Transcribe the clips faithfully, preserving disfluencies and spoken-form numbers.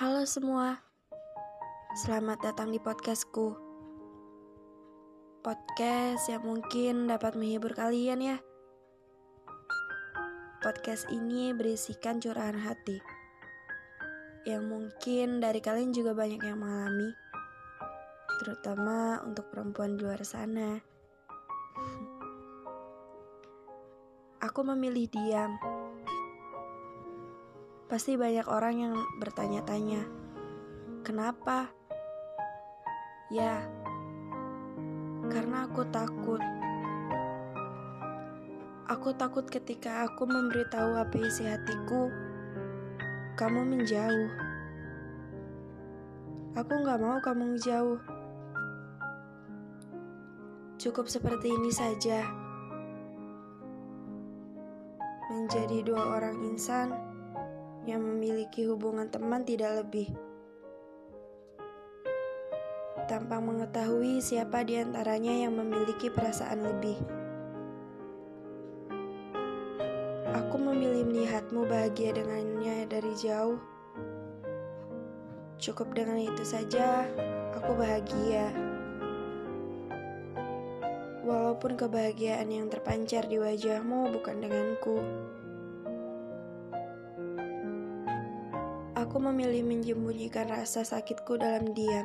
Halo semua, selamat datang di podcastku. Podcast yang mungkin dapat menghibur kalian ya. Podcast ini berisikan curahan hati yang mungkin dari kalian juga banyak yang mengalami, terutama untuk perempuan di luar sana. Aku memilih diam. Pasti banyak orang yang bertanya-tanya, kenapa? Ya, karena aku takut. Aku takut ketika aku memberitahu apa isi hatiku, kamu menjauh. Aku gak mau kamu menjauh. Cukup seperti ini saja. Menjadi dua orang insan yang memiliki hubungan teman tidak lebih, tanpa mengetahui siapa di antaranya yang memiliki perasaan lebih. Aku memilih melihatmu bahagia dengannya dari jauh. Cukup dengan itu saja, aku bahagia. Walaupun kebahagiaan yang terpancar di wajahmu bukan denganku. Aku memilih menyembunyikan rasa sakitku dalam diam.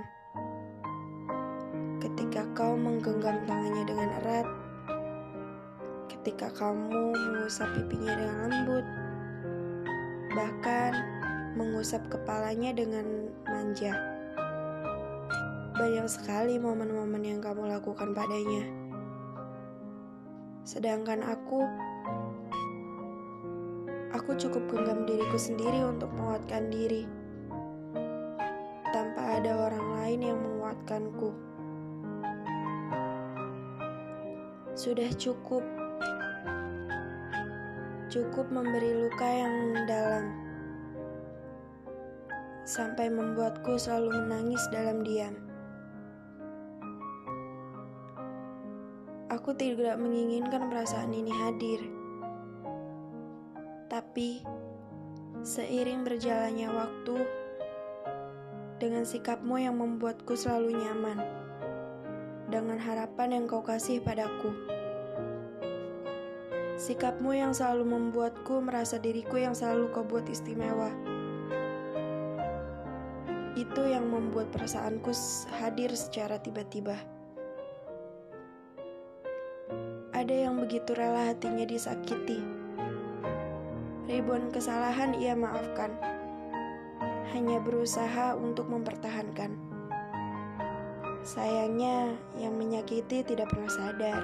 Ketika kau menggenggam tangannya dengan erat, ketika kamu mengusap pipinya dengan lembut, bahkan mengusap kepalanya dengan manja. Banyak sekali momen-momen yang kamu lakukan padanya. Sedangkan aku, aku cukup genggam diriku sendiri untuk menguatkan diri, tanpa ada orang lain yang menguatkanku. Sudah cukup. Cukup memberi luka yang mendalam, sampai membuatku selalu menangis dalam diam. Aku tidak menginginkan perasaan ini hadir. Tapi, seiring berjalannya waktu, dengan sikapmu yang membuatku selalu nyaman, dengan harapan yang kau kasih padaku, sikapmu yang selalu membuatku merasa diriku yang selalu kau buat istimewa, itu yang membuat perasaanku hadir secara tiba-tiba. Ada yang begitu rela hatinya disakiti. Ribuan kesalahan ia maafkan, hanya berusaha untuk mempertahankan. Sayangnya, yang menyakiti tidak pernah sadar.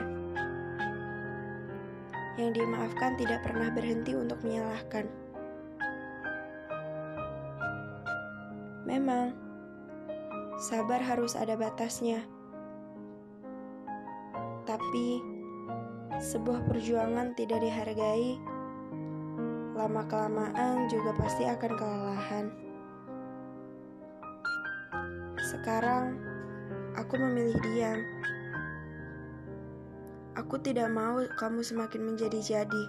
Yang dimaafkan tidak pernah berhenti untuk menyalahkan. Memang, sabar harus ada batasnya. Tapi, sebuah perjuangan tidak dihargai, lama-kelamaan juga pasti akan kelelahan. Sekarang, aku memilih diam. Aku tidak mau kamu semakin menjadi-jadi,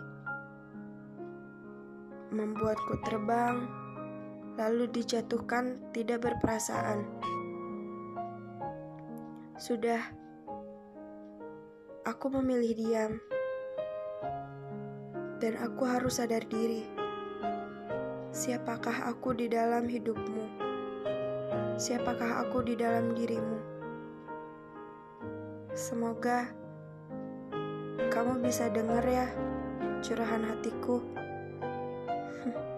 membuatku terbang, lalu dijatuhkan tidak berperasaan. Sudah, aku memilih diam. Dan aku harus sadar diri. Siapakah aku di dalam hidupmu? Siapakah aku di dalam dirimu? Semoga kamu bisa dengar ya curahan hatiku.